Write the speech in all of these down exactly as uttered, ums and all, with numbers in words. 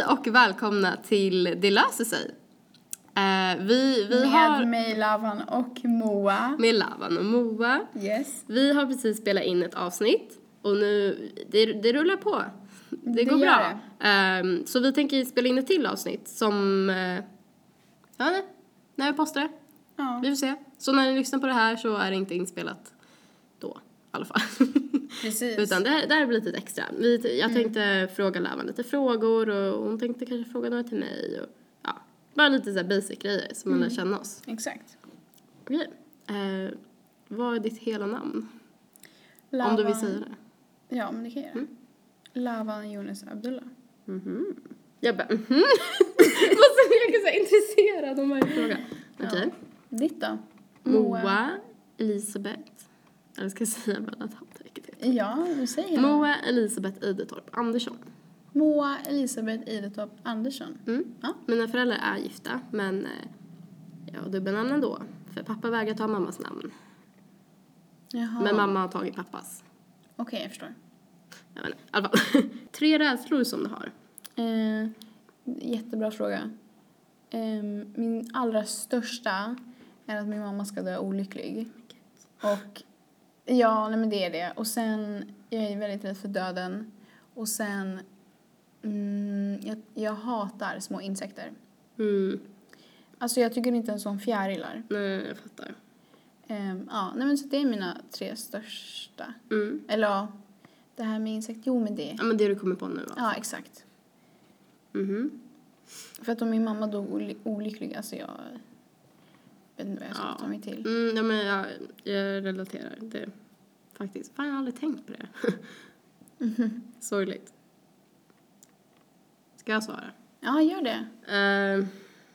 Hej och välkomna till Det löser sig. Uh, vi, vi med har... mig, Lavan och Moa. Med Lavan och Moa. Yes. Vi har precis spelat in ett avsnitt. Och nu, det, det rullar på. Det, det går bra. Det. Um, så vi tänker spela in ett till avsnitt som... Uh, ja, nej. När vi postar det. Ja. Vi får se. Så när ni lyssnar på det här så är det inte inspelat då. I alla fall. Precis. Utan det här, det här blir lite extra. Vi, jag tänkte mm. fråga Lavan lite frågor. Och hon tänkte kanske fråga några till mig. Och, ja, bara lite så här basic grejer som mm. man lär känna oss. Exakt. Okej. Eh, vad är ditt hela namn? Lavan... Om du vill säga det. Ja, men det kan jag göra. Mm. Lavan Yunus Abdullah. Mhm. Jag bara, mhm. Måste bli så intresserad om varje fråga. Okej. Okay. Ja. Ditt då? Moa, Moa Elisabeth. Eller ska jag säga mellantamn? Ja, du säger det. Moa Elisabeth Idetorp Andersson. Moa Elisabeth Idetorp Andersson. Mm. Ja. Mina föräldrar är gifta, men ja, dubbelnamn ändå. För pappa vägrar ta mammas namn. Jaha. Men mamma har tagit pappas. Okej, okay, jag förstår. Jag vet inte, i alla fall. Tre rädslor som du har. Eh, jättebra fråga. Eh, min allra största är att min mamma ska dö olycklig. Och ja, nej men det är det. Och sen, jag är väldigt rädd för döden. Och sen, mm, jag, jag hatar små insekter. Mm. Alltså jag tycker inte ens om fjärilar. Nej, jag fattar. Um, ja, nej men så det är mina tre största. Mm. Eller ja, det här med insekt, jo men det. Ja, men det du kommer på nu alltså. Ja, exakt. Mhm. För att om min mamma dog oly- olycklig, alltså jag vet inte vad jag ska ja. ta mig till. Mm, ja, men jag, jag relaterar det faktiskt. Fan, jag har aldrig tänkt på det. Mm-hmm. Sorgligt. Ska jag svara? Ja, gör det. Uh,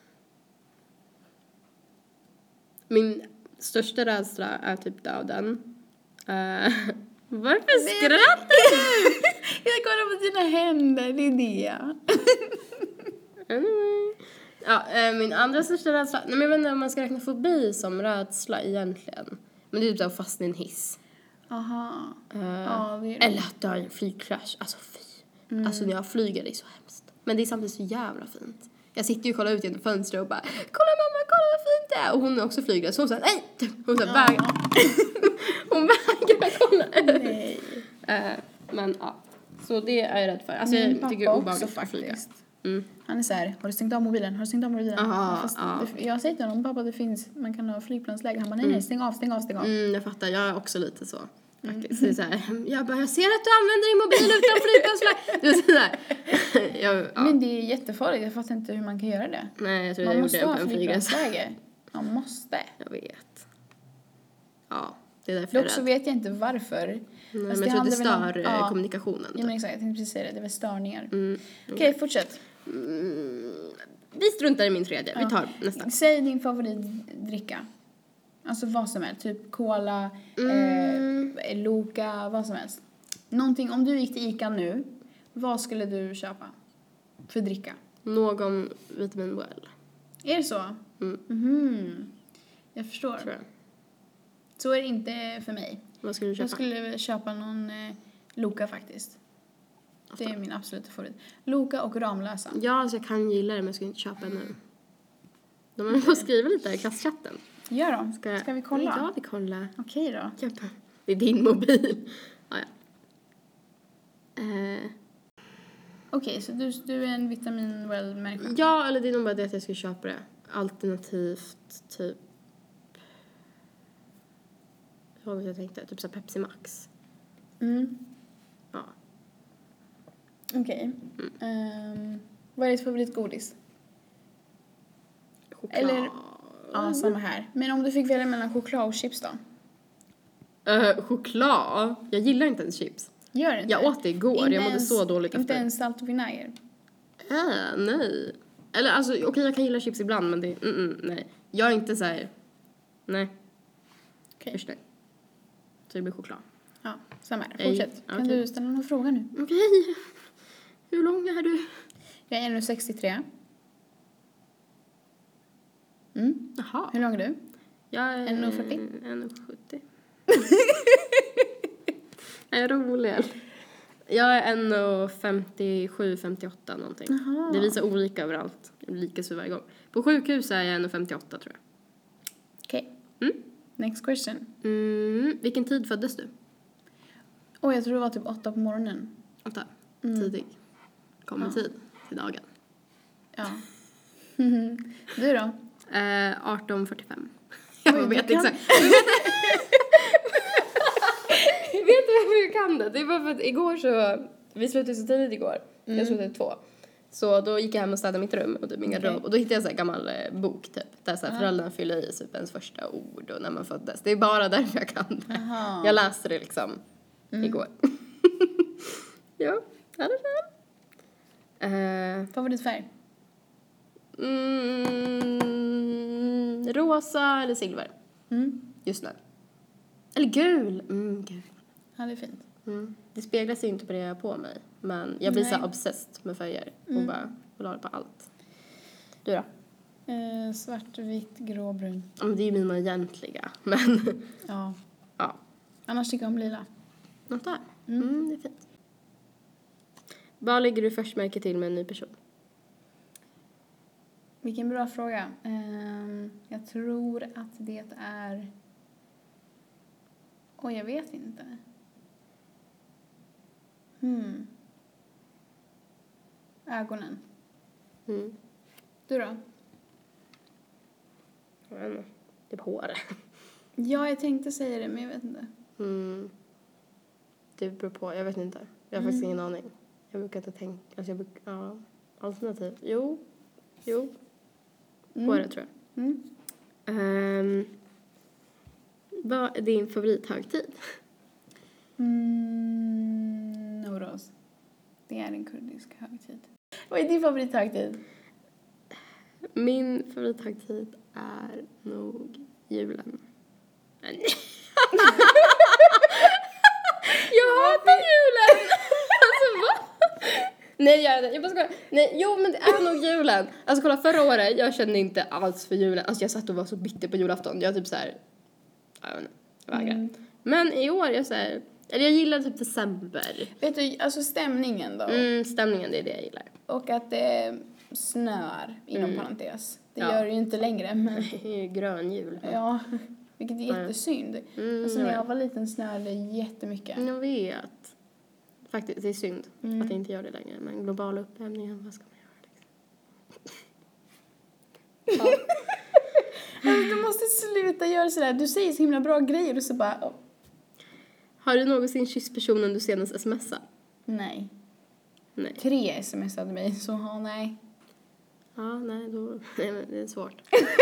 min största rädsla är typ döden. Uh, varför skrattar du? Jag kollar på dina händer, det är det. Anyway. Ja, uh, min andra största rädsla... Nej, men jag vet inte om man ska räkna fobi som rädsla egentligen. Men det är typ att fastna i en hiss. Aha. Uh, ja, det är det. Eller att dö i en flygkrasch. Alltså fy. Mm. Alltså när jag flyger, det är så hemskt. Men det är samtidigt så jävla fint. Jag sitter ju och kollar ut genom fönstret och bara, kolla mamma, kolla vad fint det är. Och hon är också flygrädd. Så hon säger, nej! Hon säger, väg. Hon vägrar kolla ut. Nej. Uh, men ja, så det är jag rädd för. Alltså min jag tycker det är obehagligt att flyga. Mm. Han är så här, har du stängt av mobilen? Har du stängt av mobilen? Aha, Fast ja. det, jag säger till honom, pappa det finns, man kan ha flygplansläge. Han bara, nej nej, stäng av, stäng av, stäng av. Mm, jag fattar, jag är också lite så. Faktiskt. Mm. Så här, jag bara, jag ser att du använder din mobil utan flygplansläge. Du vet sådär. jag, ja. Men det är jättefarligt, jag fattar inte hur man kan göra det. Nej, jag tror man jag måste gjorde ha det på en flygplansläge. Man måste. Jag vet. Ja, det är därför Dock jag är så rädd. vet jag inte varför. Nej, men alltså, jag tror det om, stör ja, kommunikationen. Ja, men exakt, jag tänkte precis säga det. Det är väl störningar. Mm. Okej, okay, fortsätt. Mm. Vi struntar i min tredje. Ja. Vi tar nästa. Säg din favoritdricka. Alltså vad som helst. Typ cola, mm. eh, Loka, vad som helst. Någonting, om du gick till Ica nu, vad skulle du köpa för dricka? Någon vitamin well. Är det så? Mm. Mm-hmm. Jag förstår. Tror jag. Så är det inte för mig. Vad skulle du köpa? Jag skulle köpa någon eh, Loka faktiskt. Det är min absoluta favorit. Loka och Ramlösa. Ja, alltså jag kan gilla det men jag ska inte köpa nu. De har fått skriva lite i klasschatten. Gör då. Ska, ska vi kolla? Ja, vi kollar. Okej då. Köpa. Det är din mobil. Ah, ja. eh. Okej, okay, så du, du är en vitamin well-människa? Ja, eller det är nog bara det att jag ska köpa det. Alternativt typ... Jag vet jag tänkte. Typ så Pepsi Max. Mm. Ja. Okej. Okay. Mm. Um, vad är ditt favoritgodis? Choklad. Eller, ja, samma här. Men om du fick välja mellan choklad och chips då? Uh, choklad? Jag gillar inte ens chips. Gör det inte? Jag åt det igår. Inte jag mådde ens, så dåligt inte efter. Inte ens salt och vinäger? Äh, nej. Eller alltså, okej okay, jag kan gilla chips ibland men det mm, mm, nej. Jag är inte så här. Nej. Okej. Okay. nej. Så det blir choklad. Ja, samma här. Fortsätt. Kan okay. du ställa någon fråga nu? Okej. Okay. Hur lång är du? Jag är en komma sextiotre. Mm. Jaha. Hur lång är du? Jag är en komma fyrtio. en komma sjuttio. Är jag rolig? Jag är en femtiosju femtioåtta någonting. Aha. Det visar olika överallt. Lika så varje gång. På sjukhus är jag en femtioåtta tror jag. Okej. Mm. Next question. Mm. Vilken tid föddes du? Åh, jag tror det var typ åtta på morgonen. Åtta. Mm. Tidig. Kommer Ja. tid till dagen. Ja. Du då? Eh, arton fyrtiofem. Jag Oj, vet du kan- exakt. Jag vet varför jag kan det. Det är bara för att igår så... Vi slutade så tidigt igår. Mm. Jag slutade två. Så då gick jag hem och städade mitt rum och typ min garderob. Okej. Och då hittade jag en sån här gammal eh, bok typ. Där så här Ja. föräldrarna fyller i typ ens första ord och när man föddes. Det är bara därför jag kan det. Aha. Jag läste det liksom Mm. igår. Ja, det är det. Eh, Favoritfärg? mm, rosa eller silver Mm. just nu. Eller gul. Mm, gul. Ja, det är fint. Mm. Det speglas ju inte på det jag har på mig. Men jag blir så här Nej. obsessed med färger. Och Mm. bara vill ha det på allt. Du då? Eh, svart, vitt, grå, brun. Ja, men det är ju mina egentliga. Men Ja. ja, Annars tycker jag om lila. något där. Mm. Mm, det är fint. Vad lägger du först märke till med en ny person? Vilken bra fråga. Ehm, jag tror att det är... Oj, jag vet inte. Hmm. Ögonen. Mm. Du då? Jag vet inte. Typ hår. Ja, jag tänkte säga det, men jag vet inte. Mm. Det beror på. Jag vet inte. Jag har Mm. faktiskt ingen aning. Jag brukar inte tänka. Alltså jag brukar... Ja. Alternativ. Jo. Jo. Mm. Håret tror jag. Mm. Um, vad är din favorithögtid? Mm, Nowruz. Det är en kurdisk högtid. Vad är din favorithögtid? Min favorithögtid är nog julen. Nej. Jag hatar julen! Alltså vad? Nej, jag, jag bara skojar. Nej, jo men det är nog julen. Alltså kolla förra året, jag kände inte alls för julen. Alltså jag satt och var så bitter på julafton. Jag typ så här, jag vet inte, jag vägrar. Mm. Men i år, jag så här, eller jag gillar typ december. Vet du, alltså stämningen då. Mm, stämningen, det är det jag gillar. Och att det snöar, inom Mm. parentes. Det Ja. gör det ju inte längre, men Det är ju grön jul. ja. Vilket är Ja. jättesynd. Mm, Alltså jag när vet. jag var liten snöade det jättemycket. Jag vet. Faktiskt, det är synd Mm. att det inte gör det längre. Men globala uppvärmningen, vad ska man göra liksom? Ja. Alltså, du måste sluta göra sådär. Du säger så himla bra grejer och så bara... Oh. Har du någonsin kysst personen du senast smsade? Nej. Nej. Tre smsade mig, så ja, nej. Ja, nej, då... Nej, men det är svårt.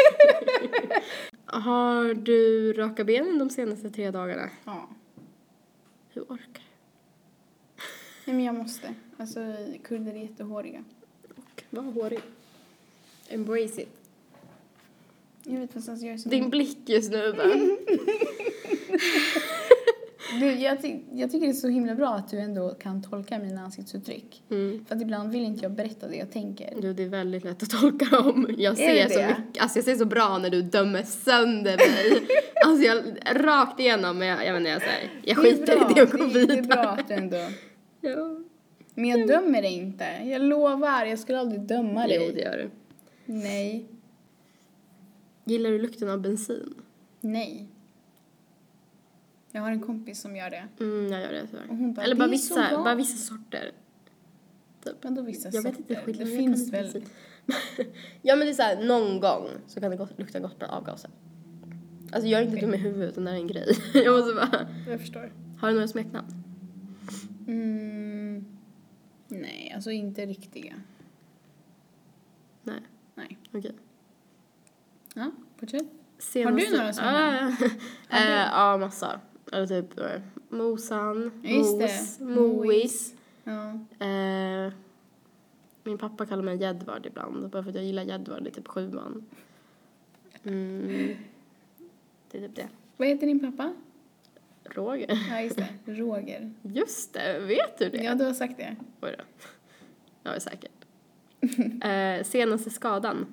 Har du raka benen de senaste tre dagarna? Ja. Hur orkar du? Nej, men jag måste. Alltså, kurder är jättehåriga. Och var hårig. Embrace it. Jag vet fast alltså, jag är så... Din blick just nu bara. Du, jag, ty- jag tycker det är så himla bra att du ändå kan tolka mina ansiktsuttryck. Mm. För att ibland vill inte jag berätta det jag tänker. Du, det är väldigt lätt att tolka dem. Jag Är ser det så det? mycket, alltså jag ser så bra när du dömer sönder mig. Alltså jag, rakt igenom, men jag, jag menar jag säger, jag Det är skiter bra, i det och går det, är- det är vidare. bra att du ändå... Ja. Men jag dömer dig inte. Jag lovar, jag skulle aldrig döma dig. Jo, det gör du. Nej. Gillar du lukten av bensin? Nej. Jag har en kompis som gör det. Mm, jag gör det tyvärr. Och hon bara, Eller bara "Det är så vissa, gott." bara vissa sorter. Typ. Men då vissa Jag vet sorter. inte skillnaden. Det jag finns kan väl... inte bensin. Ja, men det är så här, någon gång så kan det gott, lukta gott med avgaser. Alltså jag är inte Okej. dum i huvudet, utan det är en grej. Jag måste bara... Jag förstår. Har du några smeknamn? Mm. Nej, alltså inte riktiga. Nej, Nej. okej. Ja, fortsätt. Senaste... Har du några smeknamn? Ja, äh, ja, massa. Eller typ äh, Mosan, Just Mos, det. Mois. Ja. Eh, min pappa kallar mig Jedvard ibland, bara för att jag gillar Jedvard i typ sjuan. Mm. Det är typ det. Vad heter din pappa? Roger. Ja, just det. Roger. Just det, vet du det? Ja, du har sagt det. Oj då. Ja, det är säkert. eh, senaste skadan?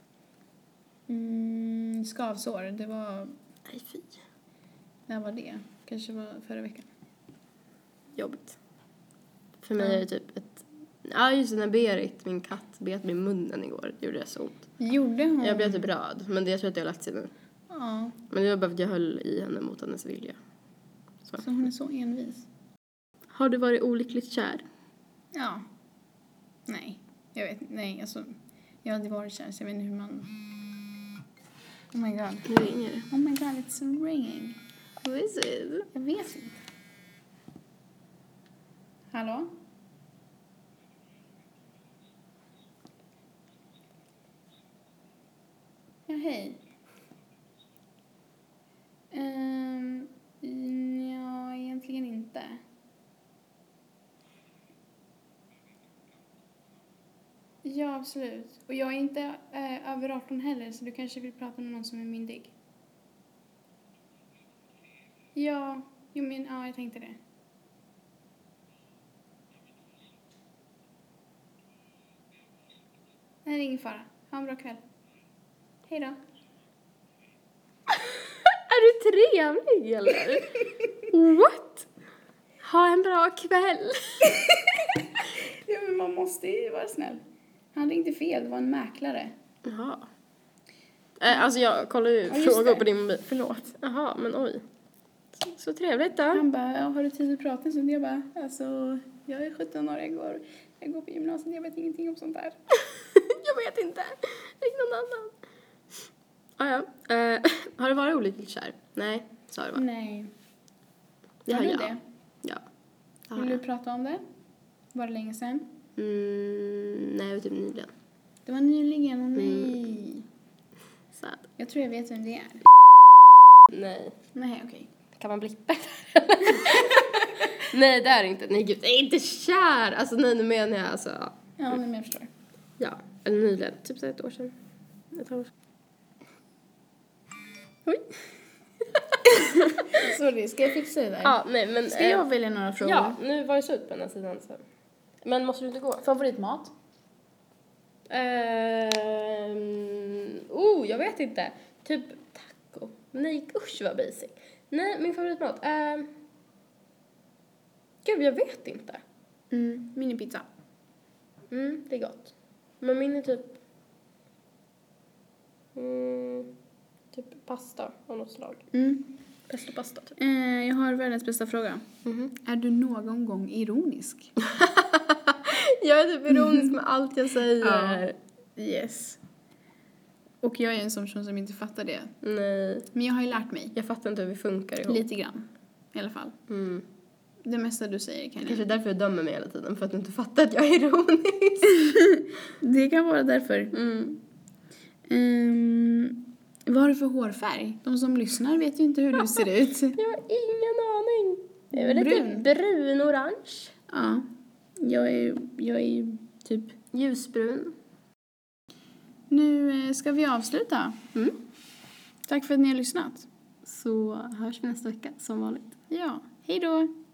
Mm, skavsår. Det var... Nej, fy. När var det? Kanske var förra veckan. Jobbigt. För mig är det typ ett... Ja, just när Berit, min katt, bet mig i munnen igår. Det gjorde det så ont. Gjorde hon? Jag blev typ röd, men det jag tror att jag har lagt sig nu. Ja. Men det var bara för att jag höll i henne mot hennes vilja. Så, så hon är så envis. Har du varit olyckligt kär? Ja. Nej. Jag vet inte. Nej, alltså. Jag hade varit kär så jag vet inte hur man... Oh my god. Nu ringer det. Oh my god, it's ringing. Who is it? Jag vet inte. Hallå? Ja, hej. Um, ja, egentligen inte. Ja, absolut. Och jag är inte äh, över arton heller, så du kanske vill prata med någon som är myndig. Ja, jo men ja, jag tänkte det. Nej, det är ingen fara. Ha en bra kväll. Hej då. Är du trevlig eller? What? Ha en bra kväll. Ja, men man måste ju vara snäll. Han ringde fel, det var en mäklare. Jaha. Äh, alltså jag kollar ju Ja, frågor det. på din mobil. Förlåt. Jaha, men oj. Så, så trevligt då. Han bara, ja, har du tid att prata? Så jag bara, alltså, jag är sjutton år, jag går, jag går på gymnasiet, jag vet ingenting om sånt där. Jag vet inte. Ring någon annan. Ah, ja. Uh, har du varit olyckligt kär? Nej, sa du va? Nej. Det har har du jag. det? Ja. Det har Vill du jag. prata om det? Var det länge sedan? Mm, nej, det var typ nyligen. Det var nyligen, och nej. Sad. Jag tror jag vet vem det är. Nej. Nej, okej. Kan man blippa det? Nej, det är det inte. Nej, gud. Jag är inte kär. Alltså, nej, nu menar jag alltså. Ja, men jag förstår. Ja, eller nyligen. Typ så ett år sedan. Ett år sedan. Oj. Sorry, ska jag fixa det där? Ja, nej, men... Ska jag eh, välja några frågor? Ja, nu var det slut på den här sidan. Så. Men måste du inte gå? Favoritmat? Ehm, oh, jag vet inte. Typ taco. Nej, usch vad basic. Nej, min favoritmat. Um, gud, jag vet inte. Mm, minipizza. Mm, det är gott. Men min är typ... Mm, typ pasta av något slag. Mm. Pesto pasta typ. Eh, jag har världens bästa fråga. Mm-hmm. Är du någon gång ironisk? Jag är typ ironisk med allt jag säger. Yes. Och jag är en sån person som inte fattar det. Nej, Men jag har ju lärt mig. jag fattar inte hur vi funkar ihop. Lite grann. I alla fall. Mm. Det mesta du säger kan Kanske jag... därför du dömer mig hela tiden. För att du inte fattar att jag är ironisk. Det kan vara därför. Mm. Um, vad har du för hårfärg? De som lyssnar vet ju inte hur du ser ut. Jag har ingen aning. Det är väl Brun. lite brun-orange. Ja. Jag är, jag är typ... Ljusbrun. Nu eh, ska vi avsluta. Mm. Tack för att ni har lyssnat. Så hörs vi nästa vecka som vanligt. Ja. Hej då!